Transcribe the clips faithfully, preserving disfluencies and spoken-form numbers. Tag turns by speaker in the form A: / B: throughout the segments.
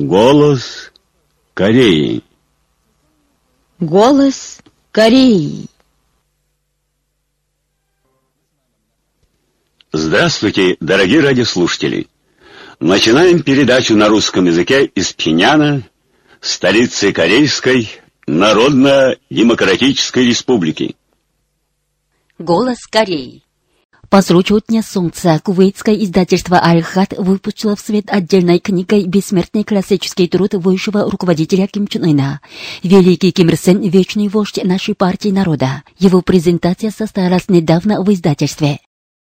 A: Голос Кореи.
B: Голос Кореи.
A: Здравствуйте, дорогие радиослушатели! Начинаем передачу на русском языке из Пхеньяна, столицы Корейской Народно-Демократической Республики.
B: Голос Кореи. По случаю Дня Солнца кувейтское издательство Аль-Хад выпустило в свет отдельной книгой бессмертный классический труд высшего руководителя Ким Чен Ына. Великий Ким Ир Сен – вечный вождь нашей партии народа. Его презентация состоялась недавно в издательстве.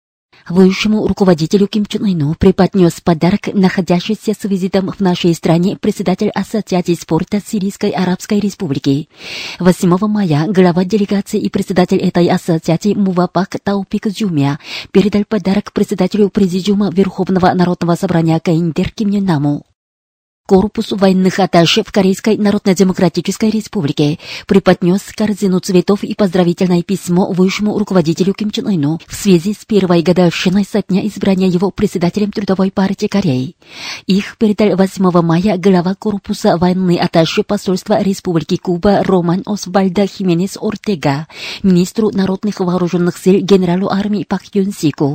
B: Высшему руководителю Ким Чен Ыну преподнес подарок, находящийся с визитом в нашей стране председатель Ассоциации спорта Сирийской Арабской Республики. восьмого мая глава делегации и председатель этой ассоциации Мувапак Таупик Зюмя передал подарок председателю Президиума Верховного Народного Собрания КНДР Ким Йон Наму. Корпус военных атташе в Корейской Народно-Демократической Республике преподнес корзину цветов и поздравительное письмо высшему руководителю Ким Чен Ыну в связи с первой годовщиной со дня избрания его председателем Трудовой партии Кореи. Их передал восьмого мая глава корпуса военной атташе посольства Республики Куба Роман Освальдо Хименес Ортега, министру народных вооруженных сил генералу армии Пак Юн Сику.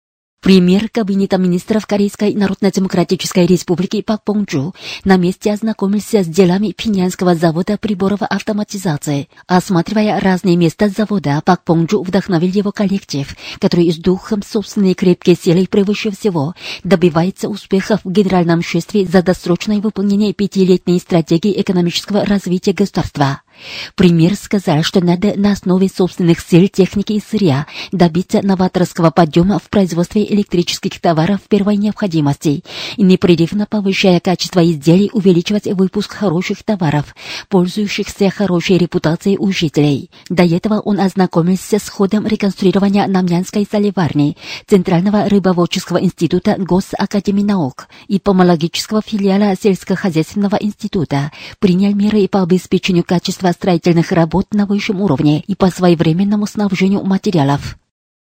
B: Премьер Кабинета министров Корейской Народно-Демократической Республики Пак Понг-чу на месте ознакомился с делами Пхеньянского завода приборов автоматизации. Осматривая разные места завода, Пак Понг-чу вдохновил его коллектив, который с духом собственной крепкой силой превыше всего добивается успехов в генеральном шествии за досрочное выполнение пятилетней стратегии экономического развития государства. Премьер сказал, что надо на основе собственных сил, техники и сырья добиться новаторского подъема в производстве электрических товаров первой необходимости и непрерывно повышая качество изделий увеличивать выпуск хороших товаров, пользующихся хорошей репутацией у жителей. До этого он ознакомился с ходом реконструирования Намнянской соливарни, Центрального рыбоводческого института Госакадемии наук и помологического филиала сельскохозяйственного института, принял меры по обеспечению качества строительных работ на высшем уровне и по своевременному снабжению материалов.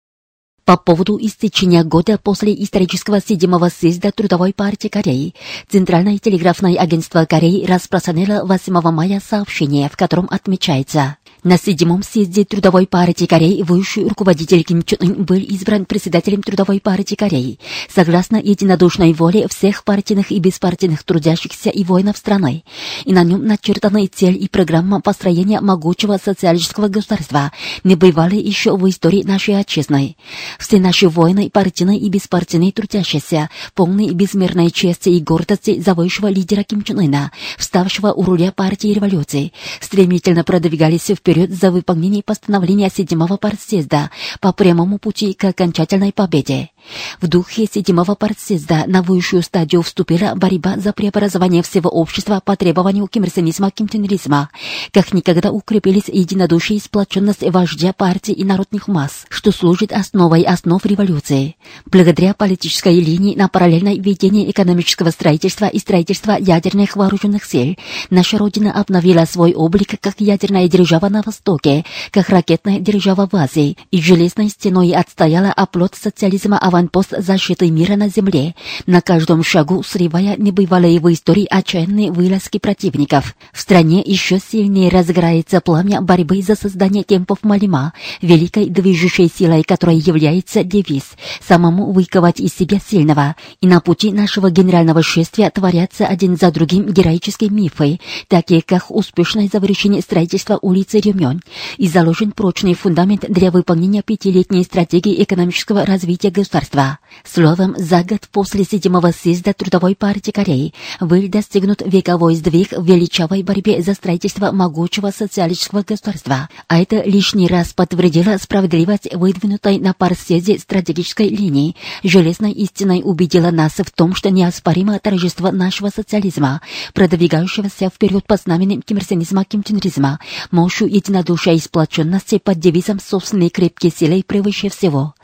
B: По поводу истечения года после исторического седьмого съезда Трудовой партии Кореи, Центральное телеграфное агентство Кореи распространило восьмого мая сообщение, в котором отмечается: на седьмом съезде Трудовой партии Кореи высший руководитель Ким Чен Ын был избран председателем Трудовой партии Кореи согласно единодушной воле всех партийных и беспартийных трудящихся и воинов страны, и на нем начертаны цель и программа построения могучего социалистического государства, небывалой еще в истории нашей отчизны. Все наши воины, партийные и беспартийные трудящиеся, полные безмерной чести и гордости за высшего лидера Ким Чен Ына, вставшего у руля партии революции, стремительно продвигались вперед за выполнение постановления седьмого партсъезда по прямому пути к окончательной победе. В духе седьмого партсъезда на высшую стадию вступила борьба за преобразование всего общества по требованию кимирсенизма, кимченризма. Как никогда укрепились единодушие и сплоченность вождя партии и народных масс, что служит основой основ революции. Благодаря политической линии на параллельное ведение экономического строительства и строительства ядерных вооруженных сил, наша Родина обновила свой облик как ядерная держава на Востоке, как ракетная держава в Азии, и железной стеной отстояла оплот социализма аванпост защиты мира на земле, на каждом шагу срывая небывалые в истории отчаянные вылазки противников. В стране еще сильнее разгорается пламя борьбы за создание темпов Малима, великой движущей силой которой является девиз «самому выковать из себя сильного». И на пути нашего генерального шествия творятся один за другим героические мифы, такие как успешное завершение строительства улицы Рюмён, и заложен прочный фундамент для выполнения пятилетней стратегии экономического развития государства. Словом, за год после седьмого съезда Трудовой партии Кореи был достигнут вековой сдвиг в величавой борьбе за строительство могучего социалистического государства, а это лишний раз подтвердило справедливость выдвинутой на партсъезде стратегической линии. Железной истиной убедила нас в том, что неоспоримо торжество нашего социализма, продвигающегося вперед по знаменем кимирсенизма, кимченризма, мощью единодушия и сплоченности под девизом собственной крепкой силой превыше всего.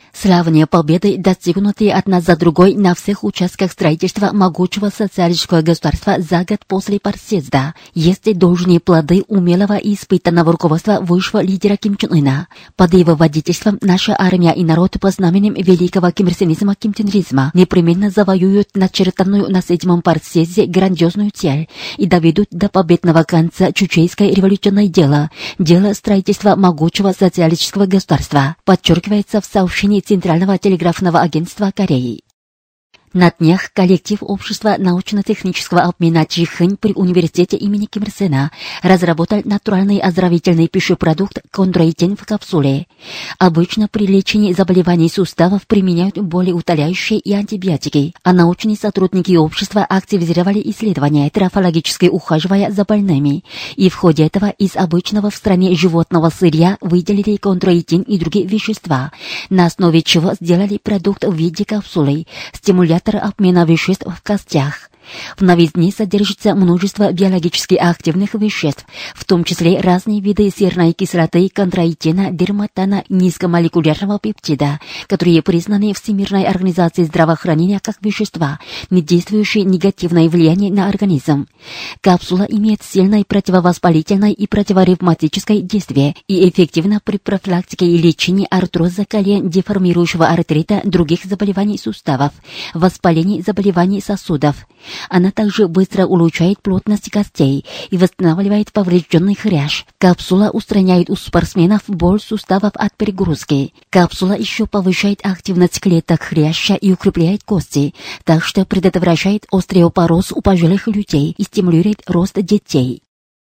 B: Славные победы, достигнутые одна за другой на всех участках строительства могучего социалистического государства за год после партсъезда, есть должные плоды умелого и испытанного руководства высшего лидера Ким Чен Ына. Под его водительством наша армия и народ по знаменем великого кимирсинизма, кимченризма непременно завоюют начертанную на седьмом партсъезде грандиозную цель и доведут до победного конца чучейское революционное дело, дело строительства могучего социалистического государства, подчеркивается в сообщении Центрального телеграфного агентства Кореи. На днях коллектив общества научно-технического обмена Чихэнь при университете имени Ким Ир Сена разработал натуральный оздоровительный пищепродукт кондроитин в капсуле. Обычно при лечении заболеваний суставов применяют болеутоляющие и антибиотики, а научные сотрудники общества активизировали исследования, трафологически ухаживая за больными, и в ходе этого из обычного в стране животного сырья выделили кондроитин и другие вещества, на основе чего сделали продукт в виде капсулы, стимулятор обмена веществ в костях. В новизне содержится множество биологически активных веществ, в том числе разные виды серной кислоты, кондроитина, дерматана, низкомолекулярного пептида, которые признаны Всемирной организацией здравоохранения как вещества, не действующие негативное влияние на организм. Капсула имеет сильное противовоспалительное и противоревматическое действие и эффективна при профилактике и лечении артроза колен, деформирующего артрита, других заболеваний суставов, воспалений заболеваний сосудов. Она также быстро улучшает плотность костей и восстанавливает поврежденный хрящ. Капсула устраняет у спортсменов боль суставов от перегрузки. Капсула еще повышает активность клеток хряща и укрепляет кости, так что предотвращает остеопороз у пожилых людей и стимулирует рост детей.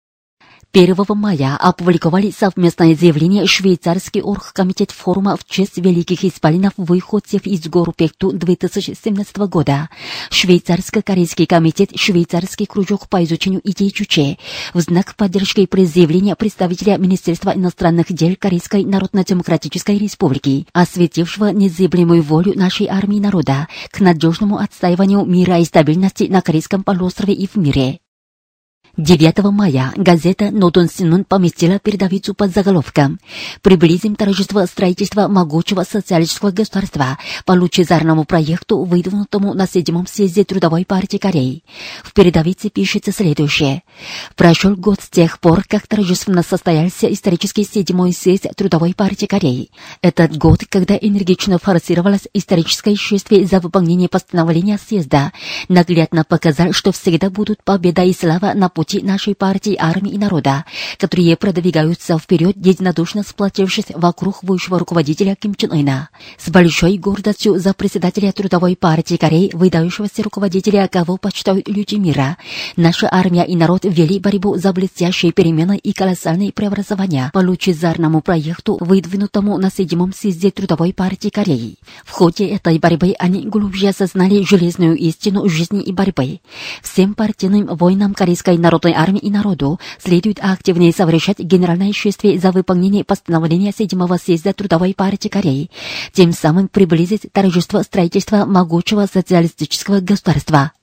B: первого мая опубликовали совместное заявление швейцарский оргкомитет форума в честь великих исполинов выходцев из гор Пехту две тысячи семнадцатого года, швейцарско-корейский комитет, швейцарский кружок по изучению идей Чуче, в знак поддержки заявления представителя Министерства иностранных дел Корейской Народно-Демократической Республики, осветившего незыблемую волю нашей армии и народа к надежному отстаиванию мира и стабильности на Корейском полуострове и в мире. девятого мая газета «Нодон Синмун» поместила передовицу под заголовком «Приблизим торжество строительства могучего социалистического государства по лучезарному проекту, выдвинутому на седьмом съезде Трудовой партии Кореи». В передовице пишется следующее. Прошел год с тех пор, как торжественно состоялся исторический седьмой съезд Трудовой партии Кореи. Этот год, когда энергично форсировалось историческое шествие за выполнение постановления съезда, наглядно показал, что всегда будут победа и слава на пути нашей партии, армии и народа, которые продвигаются вперед, единодушно сплотившись вокруг высшего руководителя Ким Чен Ына. С большой гордостью за председателя Трудовой партии Кореи, выдающегося руководителя, кого почитают люди мира, наша армия и народ вели борьбу за блестящие перемены и колоссальные преобразования по лучезарному проекту, выдвинутому на седьмом съезде Трудовой партии Кореи. В ходе этой борьбы они глубже осознали железную истину жизни и борьбы. Всем партийным воинам корейской народной армии и народу следует активнее совершать генеральное шествие за выполнение постановления седьмого съезда Трудовой партии Кореи, тем самым приблизить торжество строительства могучего социалистического государства.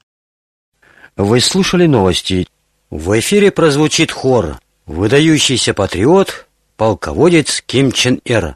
C: Вы слушали новости. В эфире прозвучит хор «Выдающийся патриот, полководец Ким Чен Ир».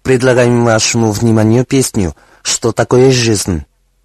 D: предлагаем вашему вниманию песню «Что такое жизнь?».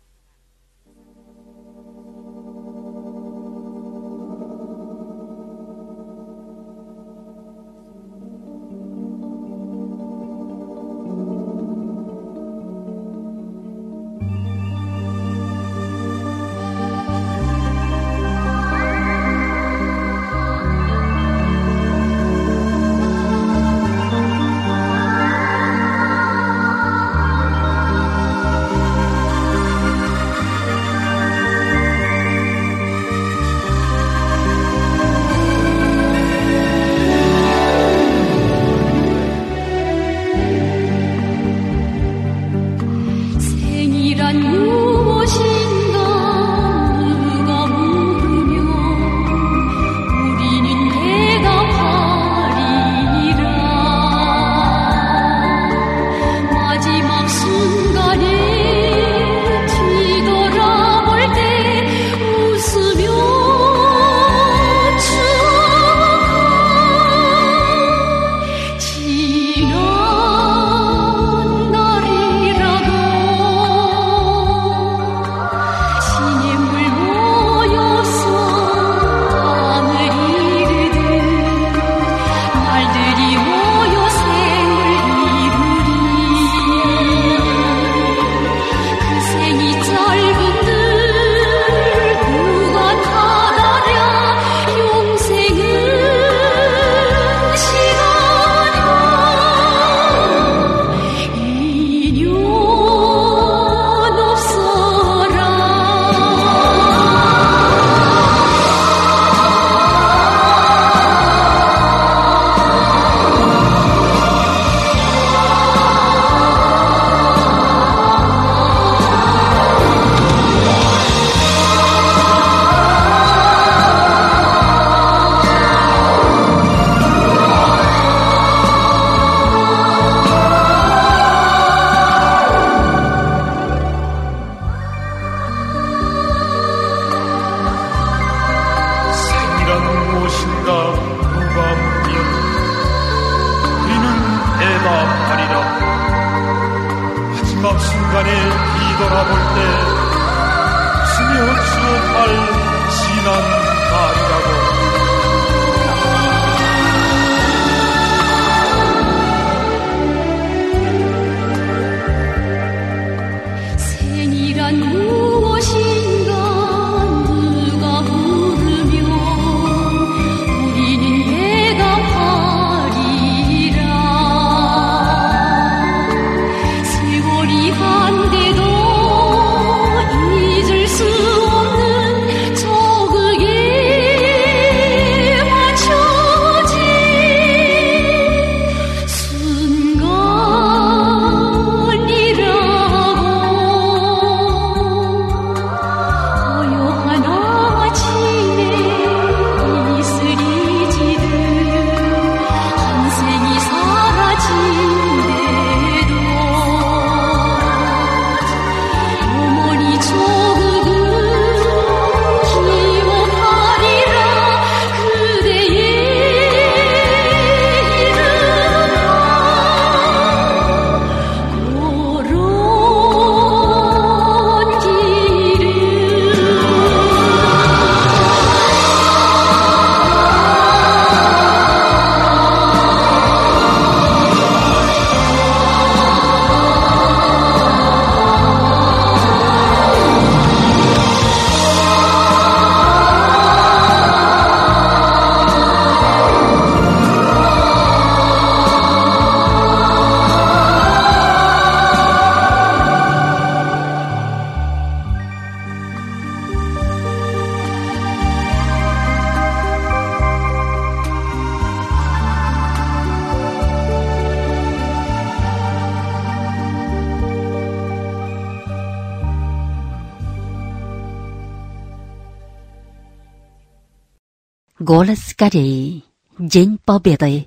B: Голос Кореи. День Победы.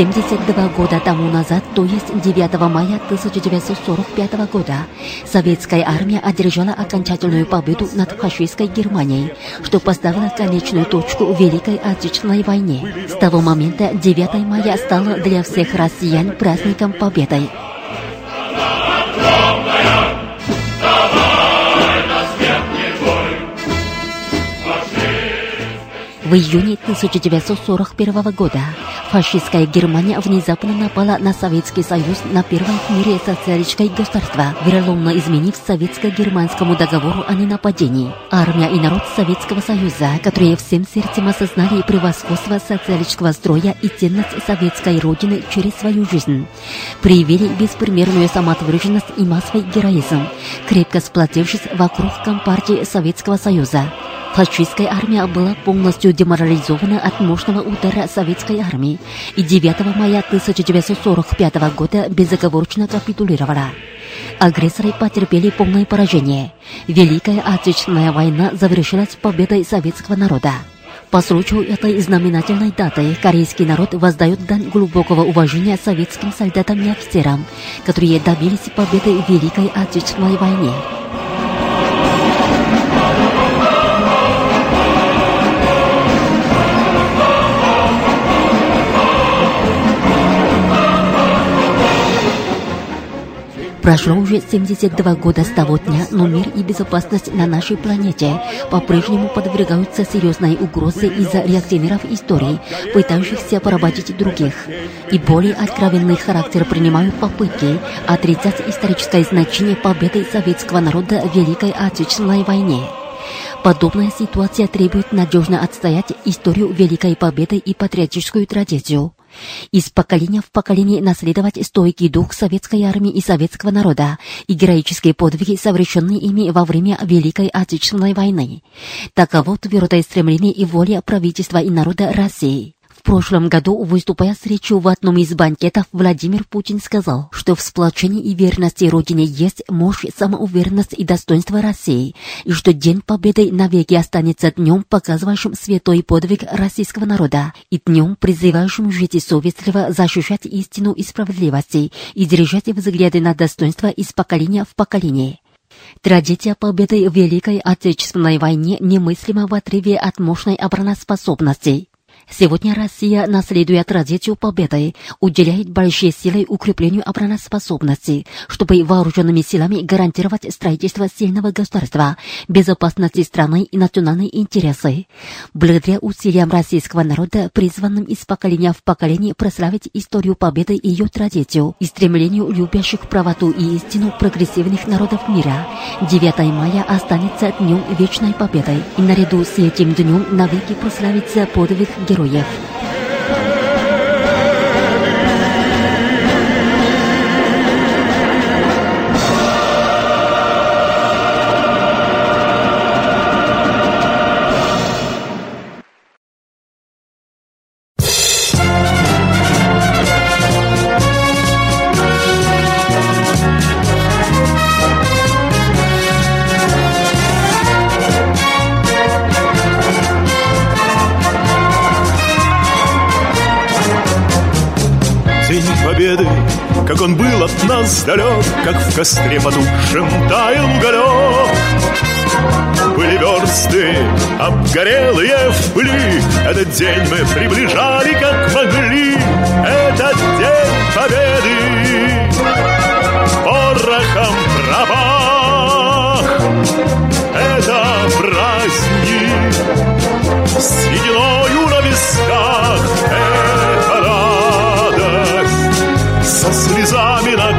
B: семьдесят два года тому назад, то есть девятого мая тысяча девятьсот сорок пятого года, советская армия одержала окончательную победу над фашистской Германией, что поставило конечную точку в Великой Отечественной войне. С того момента девятого мая стало для всех россиян праздником победы. В июне тысяча девятьсот сорок первого года фашистская Германия внезапно напала на Советский Союз, на первое в мире социалистическое государство, вероломно изменив советско-германскому договору о ненападении. Армия и народ Советского Союза, которые всем сердцем осознали превосходство социалистического строя и ценность советской родины через свою жизнь, проявили беспримерную самоотверженность и массовый героизм, крепко сплотившись вокруг Компартии Советского Союза. Фашистская армия была полностью деморализована от мощного удара советской армии и девятого мая тысяча девятьсот сорок пятого года безоговорочно капитулировала. Агрессоры потерпели полное поражение. Великая Отечественная война завершилась победой советского народа. По случаю этой знаменательной даты корейский народ воздает дань глубокого уважения советским солдатам и офицерам, которые добились победы в Великой Отечественной войне. Прошло уже семьдесят два года с того дня, но мир и безопасность на нашей планете по-прежнему подвергаются серьезной угрозе из-за реакционеров истории, пытающихся поработить других. И более откровенный характер принимают попытки отрицать историческое значение победы советского народа в Великой Отечественной войне. Подобная ситуация требует надежно отстоять историю Великой Победы и патриотическую традицию. Из поколения в поколение наследовать стойкий дух советской армии и советского народа и героические подвиги, совершенные ими во время Великой Отечественной войны. Таково твердое стремление и воля правительства и народа России. В прошлом году, выступая с речью в одном из банкетов, Владимир Путин сказал, что в сплочении и верности Родине есть мощь, самоуверенность и достоинство России, и что День Победы навеки останется днем, показывающим святой подвиг российского народа, и днем, призывающим жить совестливо, защищать истину и справедливость, и держать взгляды на достоинство из поколения в поколение. Традиция победы в Великой Отечественной войне немыслима в отрыве от мощной обороноспособности. Сегодня Россия, наследуя традицию победы, уделяет большие силы укреплению обороноспособности, чтобы вооруженными силами гарантировать строительство сильного государства, безопасности страны и национальные интересы. Благодаря усилиям российского народа, призванным из поколения в поколение прославить историю победы и ее традицию, и стремлению любящих правоту и истину прогрессивных народов мира, девятого мая останется днем вечной победы, и наряду с этим днем навеки прославится подвиг героев.
E: Победы, как он был от нас далек, как в костре потухшем таял уголек. Были версты обгорелые в пыли, этот день мы приближали как могли. Этот день победы порохом пропах. Это праздник с сединою на висках. Это со слезами на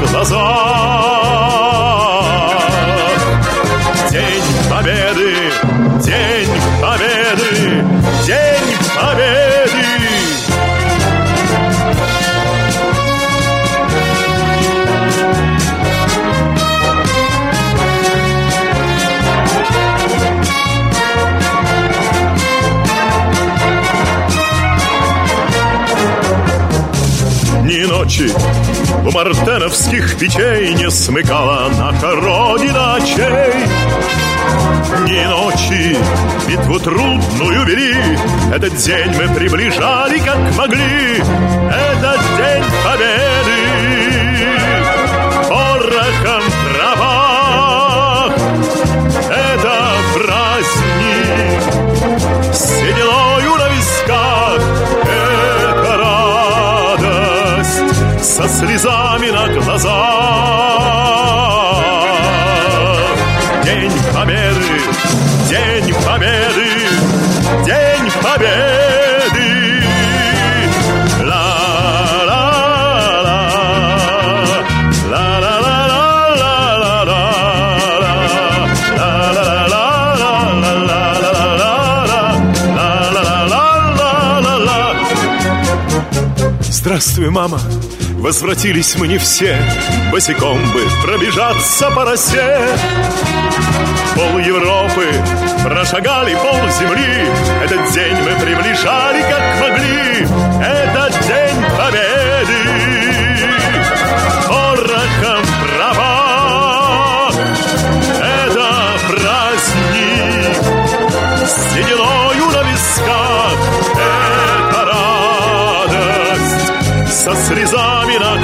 E: глазах. День Победы, День Победы, День Победы. Ни ночи у мартеновских печей не смыкала наша Родина очей. Дни и ночи битву трудную вели, этот день мы приближали как могли. Этот день победы порохом трава. Это праздник с сединою на висках. Это радость со слезами на глазах. День победы, день победы, день победы. Ла-ла-ла, ла-ла-ла-ла-ла-ла-ла, ла-ла-ла-ла-ла-ла-ла-ла-ла-ла-ла-ла. Здравствуй, мама. Возвратились мы не все, босиком бы пробежаться по росе. Пол Европы прошагали, пол земли. Этот день мы приближали как могли. Этот день победы порохом права. Это праздник с сединою на висках. Это радость со слезами на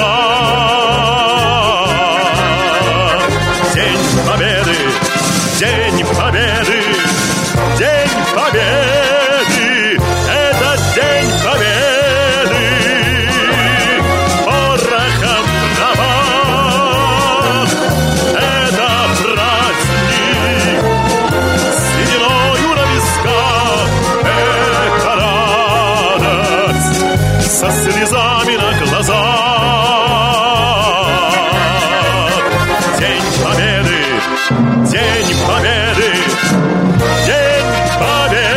E: глазах. День победы, день победы, день победы. Это день победы порохом трава. Это праздник с сединою на висках. Это радость со слезами на глазах. День победы, день победы, день победы.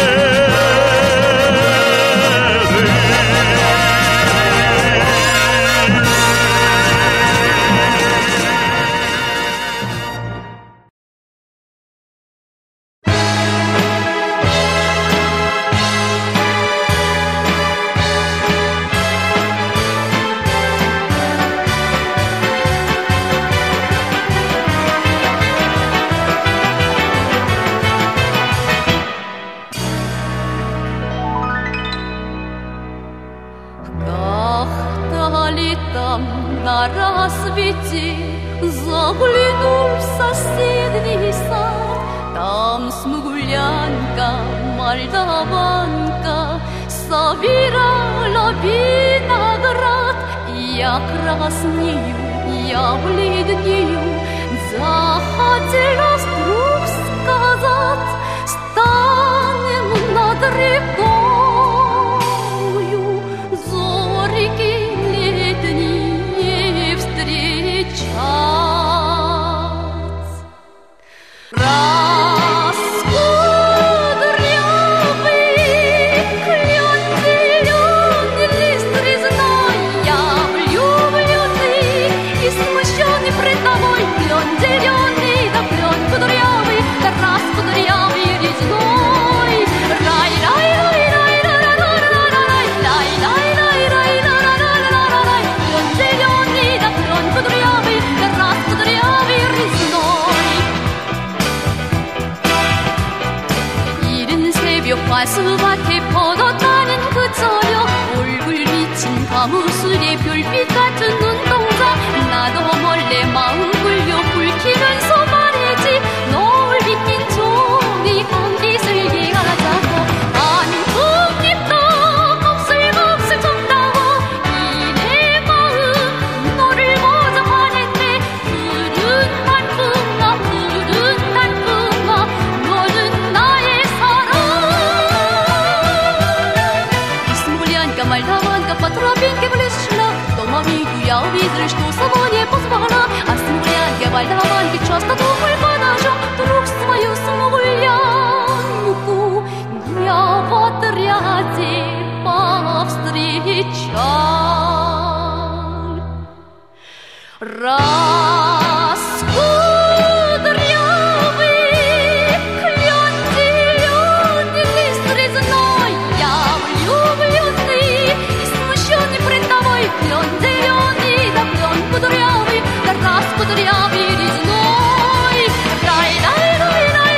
F: Как-то летом на рассвете заглянул в соседний сад. Там смуглянка, молдаванка собирала виноград. Я краснею, я бледнею, захотелось вдруг сказать: станем над рекою зорьки летние встречать. Раскудрявый клен зеленый, лист резной, я влюбленный и смущенный пред тобой. Клен зеленый, да клен кудрявый, да раз кудрявый резной. Рай, рай, рай, рай, рай, рай, рай, рай, рай, рай, рай, рай, рай, рай, рай. Клен зеленый, да клен кудрявый, да раз кудрявый резной. 이른 새벽 화수밭에 퍼졌다는 그 저녁, 얼굴 비친 가무술의 별빛 같은 눈동자. 나도 몰래 마음 굴려 불키면서 말이지, 노을 비낀 종이 감기슬기 가자고. 한국잎도 곱슬곱슬 쳤다고 이내 마음 너를 보자 화냈네. 푸른 단풍아, 푸른 단풍아, 너는 나의 사랑. Смуглянка, мальдаванка, по тропинке близ шла. Дома мигуя увидели, что собой не позвала. А смуглянке, мальдаванке часто думай подожжем вдруг свою смуглянку я в отряде повстречал. Раскудрявый клен зеленый, лист резной, я влюбленный и смущенный пред тобой. Клен зеленый, да клен кудрявый, да раз кудрявый резной. Рай, рай, рай, рай.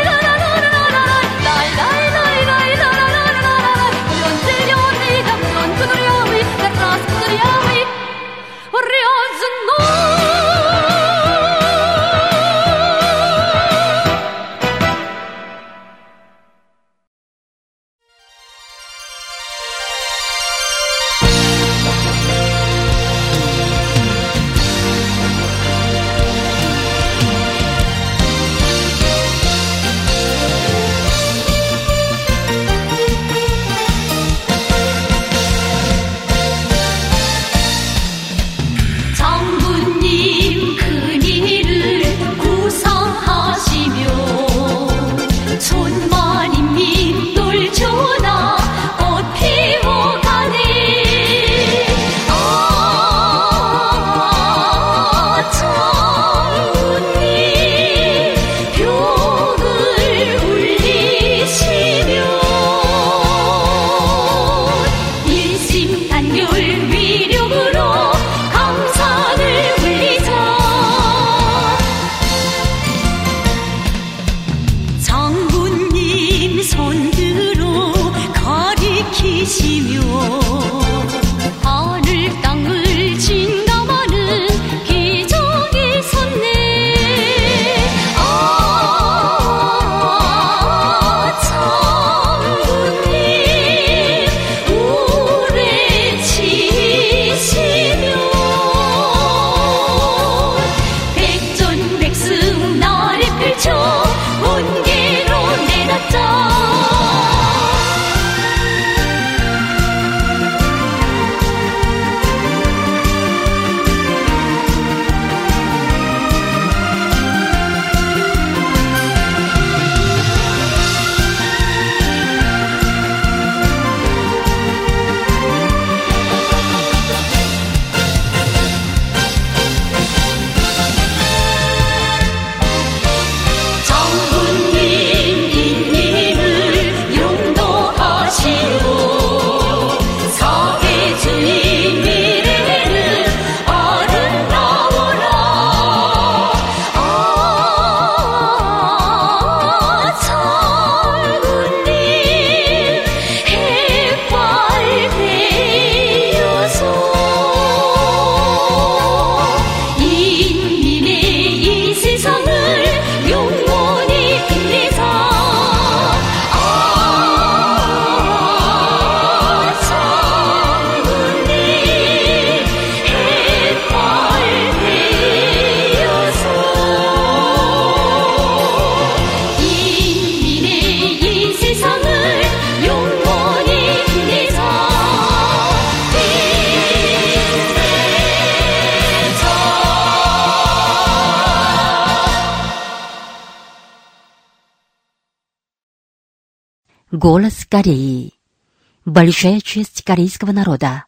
B: Голос Кореи. Большая честь корейского народа.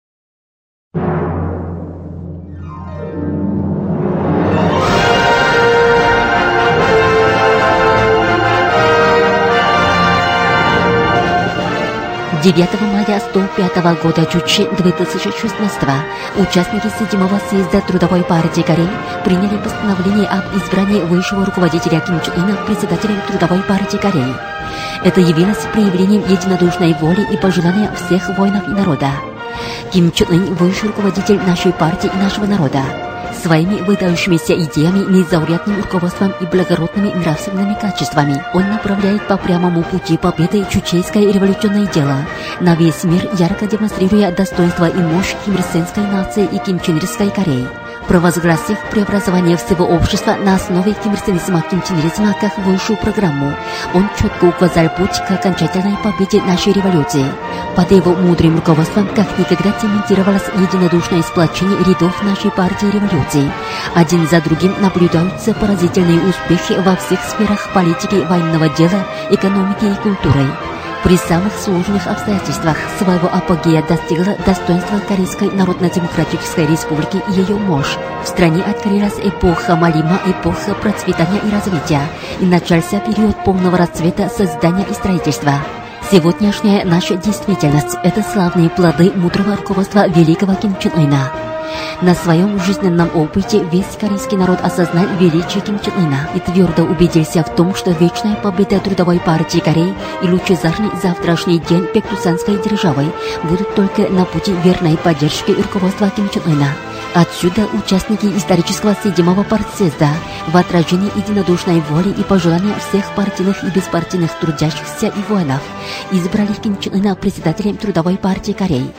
B: девятого мая сто пятого года Чучи две тысячи шестнадцатого участники седьмого съезда Трудовой партии Кореи приняли постановление об избрании высшего руководителя Ким Чен Ына председателем Трудовой партии Кореи. Это явилось проявлением единодушной воли и пожелания всех воинов и народа. Ким Чен Ын – высший руководитель нашей партии и нашего народа. Своими выдающимися идеями, незаурядным руководством и благородными нравственными качествами он направляет по прямому пути победы чучейское революционное дело, на весь мир ярко демонстрируя достоинство и мощь кимирсенской нации и кимченерской Кореи. Провозгласив преобразование всего общества на основе кимирсенизма кимченеризма как высшую программу, он четко указал путь к окончательной победе нашей революции. Под его мудрым руководством как никогда демонтировалось единодушное сплочение рядов нашей партии революции. Один за другим наблюдаются поразительные успехи во всех сферах политики, военного дела, экономики и культуры. При самых сложных обстоятельствах своего апогея достигла достоинства Корейской Народно-Демократической Республики и ее мощь. В стране открылась эпоха Малима, эпоха процветания и развития, и начался период полного расцвета создания и строительства. Сегодняшняя наша действительность – это славные плоды мудрого руководства великого Ким Чен Ына. На своем жизненном опыте весь корейский народ осознал величие Ким Чен Ына и твердо убедился в том, что вечная победа Трудовой партии Кореи и лучезарный завтрашний день Пектусанской державы будут только на пути верной поддержки руководства Ким Чен Ына. Отсюда участники исторического седьмого партсъезда в отражении единодушной воли и пожелания всех партийных и беспартийных трудящихся и воинов избрали Ким Чен Ына председателем Трудовой партии Кореи.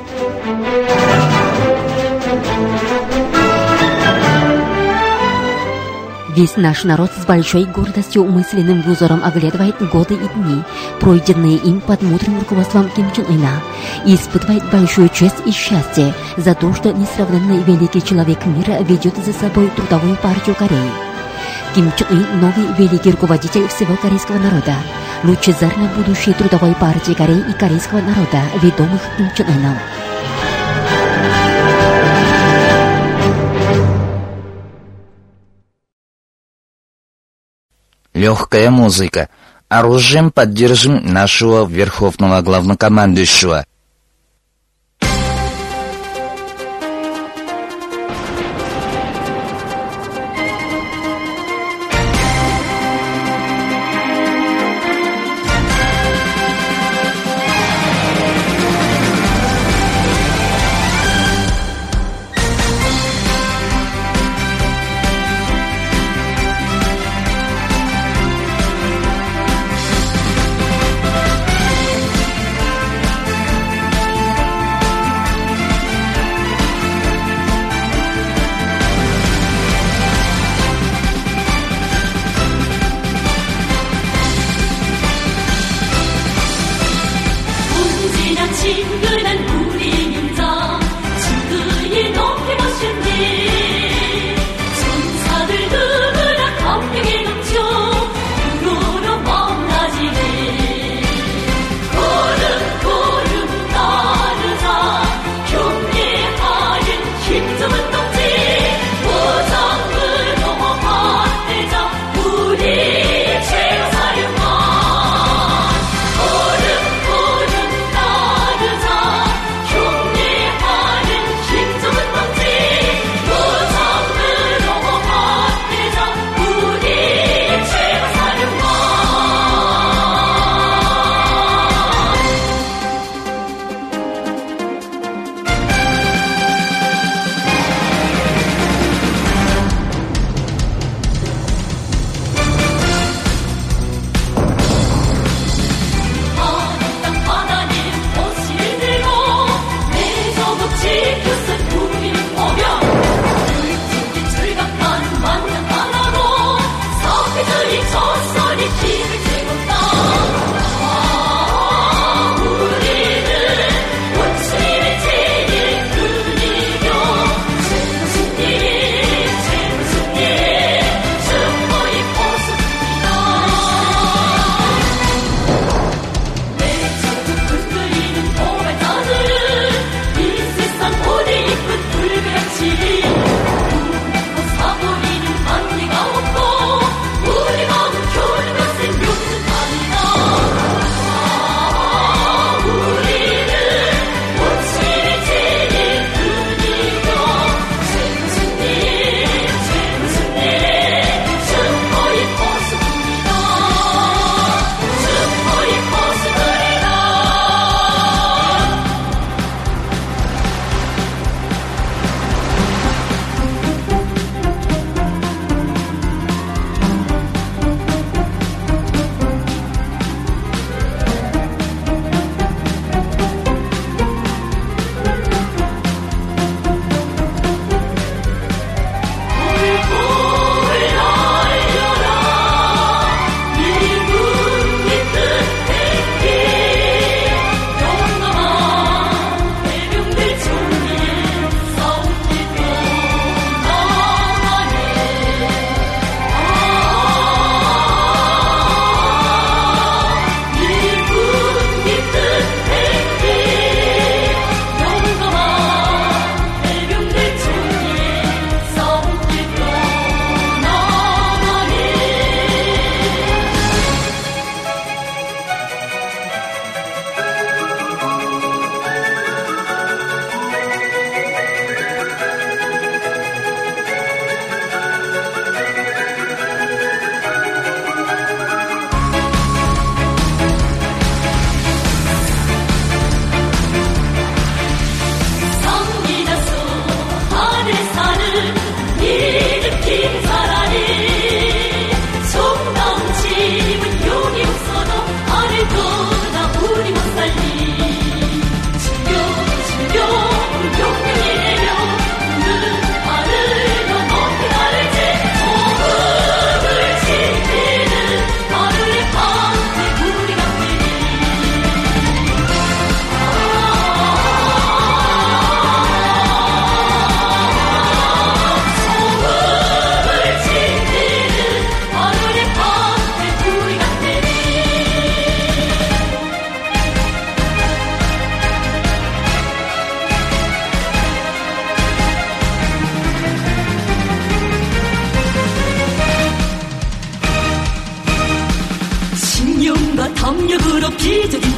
B: Весь наш народ с большой гордостью мысленным взором оглядывает годы и дни, пройденные им под мудрым руководством Ким Чен Ына, и испытывает большую честь и счастье за то, что несравненный великий человек мира ведет за собой Трудовую партию Кореи. Ким Чен Ын – новый великий руководитель всего корейского народа, лучезарно будущее Трудовой партии Кореи и корейского народа, ведомых Ким Чен Ыном.
G: Легкая музыка. Оружием поддержим нашего верховного главнокомандующего.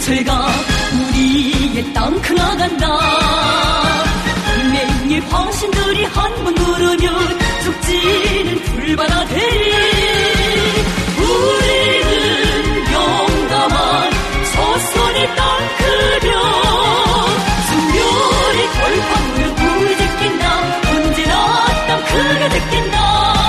F: 죄가 우리의 땅 크나간다. 매일 화신들이 한 번 누르면 죽지는 불바다 되리. 우리는 용감한 조선의 땅 크려 순멸의 돌파물을 부르짖긴다. 언제나 땅 크게 듣긴다.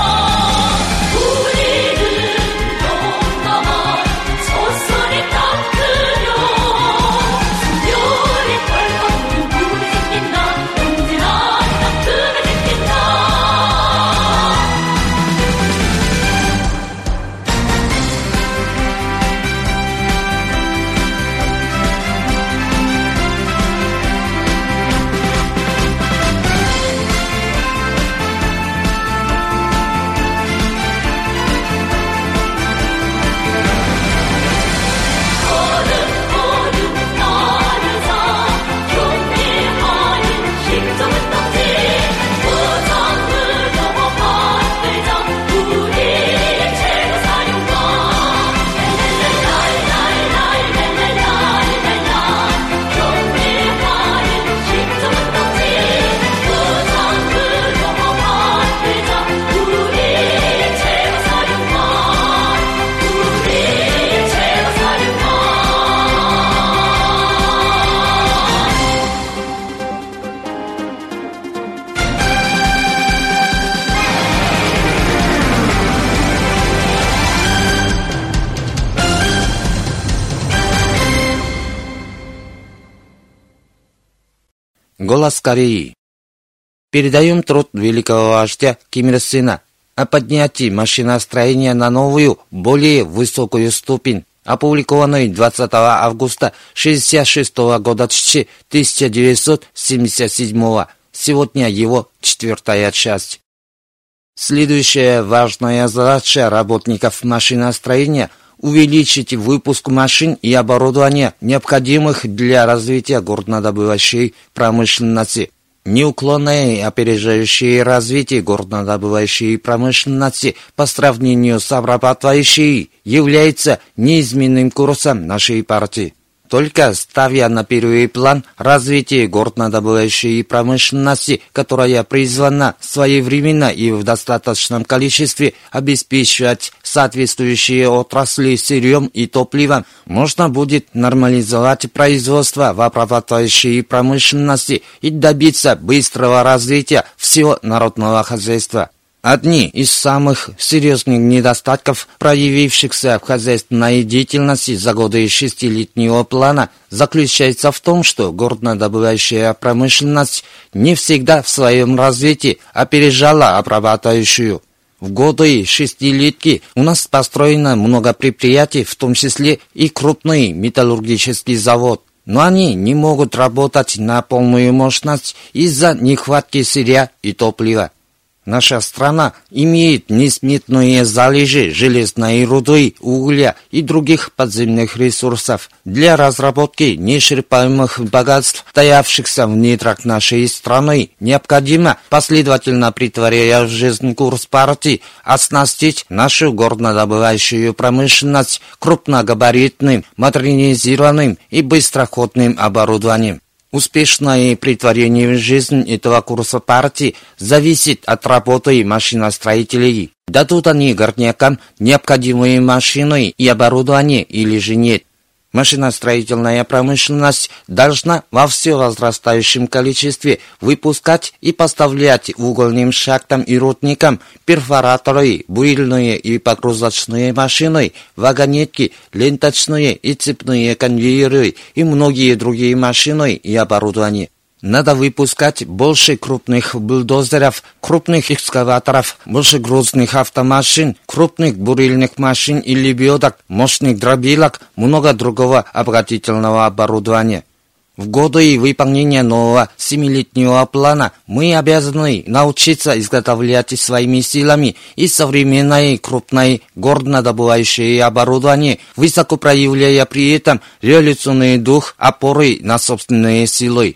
G: Голос Кореи. Передаем труд великого вождя Ким Ир Сена о поднятии машиностроения на новую, более высокую ступень, опубликованной двадцатого августа шестьдесят шестого года тысяча девятьсот семьдесят седьмого. Сегодня его четвертая часть. Следующая важная задача работников машиностроения – увеличить выпуск машин и оборудования, необходимых для развития горнодобывающей промышленности. Неуклонное и опережающее развитие горнодобывающей промышленности по сравнению с обрабатывающей является неизменным курсом нашей партии. Только ставя на первый план развитие горнодобывающей промышленности, которая призвана своевременно и в достаточном количестве обеспечивать соответствующие отрасли сырьем и топливом, можно будет нормализовать производство в обрабатывающей промышленности и добиться быстрого развития всего народного хозяйства. Одни из самых серьезных недостатков, проявившихся в хозяйственной деятельности за годы шестилетнего плана, заключается в том, что горнодобывающая промышленность не всегда в своем развитии опережала обрабатывающую. В годы шестилетки у нас построено много предприятий, в том числе и крупный металлургический завод. Но они не могут работать на полную мощность из-за нехватки сырья и топлива. Наша страна имеет несметные залежи железной руды, угля и других подземных ресурсов. Для разработки неисчерпаемых богатств, стоявшихся в недрах нашей страны, необходимо, последовательно претворяя в жизнь курс партии, оснастить нашу горнодобывающую промышленность крупногабаритным, модернизированным и быстроходным оборудованием. Успешное претворение в жизнь этого курса партии зависит от работы машиностроителей. Дадут они горнякам необходимые машины и оборудование или же нет. Машиностроительная промышленность должна во все возрастающем количестве выпускать и поставлять угольным шахтам и рудникам перфораторы, буйные и погрузочные машины, вагонетки, ленточные и цепные конвейеры и многие другие машины и оборудование. Надо выпускать больше крупных бульдозеров, крупных экскаваторов, больше грузных автомашин, крупных бурильных машин и лебедок, мощных дробилок, много другого обогатительного оборудования. В годы выполнения нового семилетнего плана мы обязаны научиться изготовлять своими силами и современное крупное горнодобывающее оборудование, высоко проявляя при этом революционный дух опоры на собственные силы.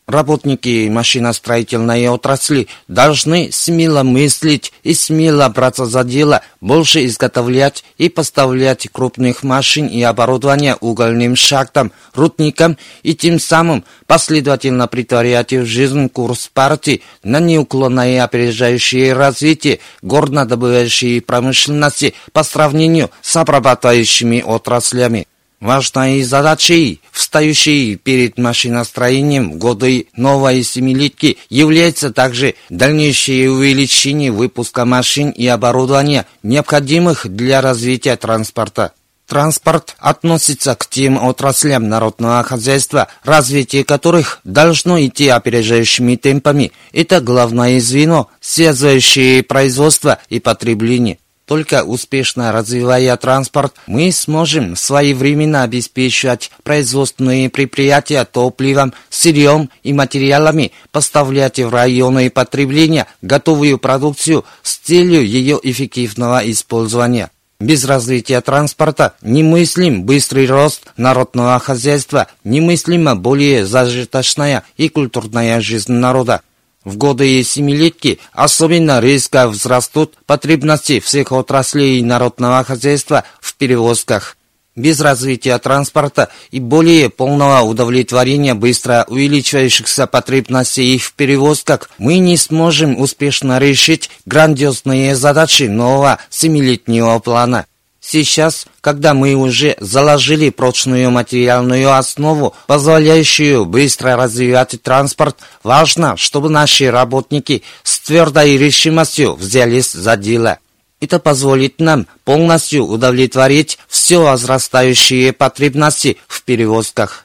G: Работники машиностроительной отрасли должны смело мыслить и смело браться за дело, больше изготовлять и поставлять крупных машин и оборудования угольным шахтам, рудникам и тем самым последовательно притворять в жизнь курс партии на неуклонное опережающее развитие горнодобывающей промышленности по сравнению с обрабатывающими отраслями. Важной задачей, встающей перед машиностроением в годы новой семилетки, является также дальнейшее увеличение выпуска машин и оборудования, необходимых для развития транспорта. Транспорт относится к тем отраслям народного хозяйства, развитие которых должно идти опережающими темпами. Это главное звено, связывающее производство и потребление. Только успешно развивая транспорт, мы сможем своевременно обеспечивать производственные предприятия топливом, сырьем и материалами, поставлять в районы потребления готовую продукцию с целью ее эффективного использования. Без развития транспорта немыслим быстрый рост народного хозяйства, немыслима более зажиточная и культурная жизнь народа. В годы семилетки особенно резко возрастут потребности всех отраслей народного хозяйства в перевозках. Без развития транспорта и более полного удовлетворения быстро увеличивающихся потребностей в перевозках мы не сможем успешно решить грандиозные задачи нового семилетнего плана. Сейчас, когда мы уже заложили прочную материальную основу, позволяющую быстро развивать транспорт, важно, чтобы наши работники с твердой решимостью взялись за дело. Это позволит нам полностью удовлетворить все возрастающие потребности в перевозках.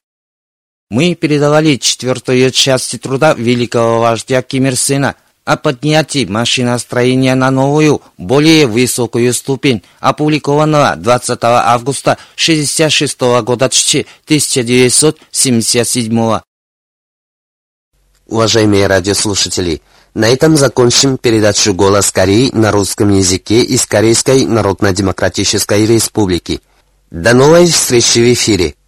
G: Мы передавали четвертую часть труда великого вождя Ким Ир Сена о поднятии машиностроения на новую, более высокую ступень, опубликованного двадцатого августа шестьдесят шестого года тысяча девятьсот семьдесят седьмого.
D: Уважаемые радиослушатели, на этом закончим передачу «Голос Кореи» на русском языке из Корейской Народно-Демократической Республики. До новой встречи в эфире.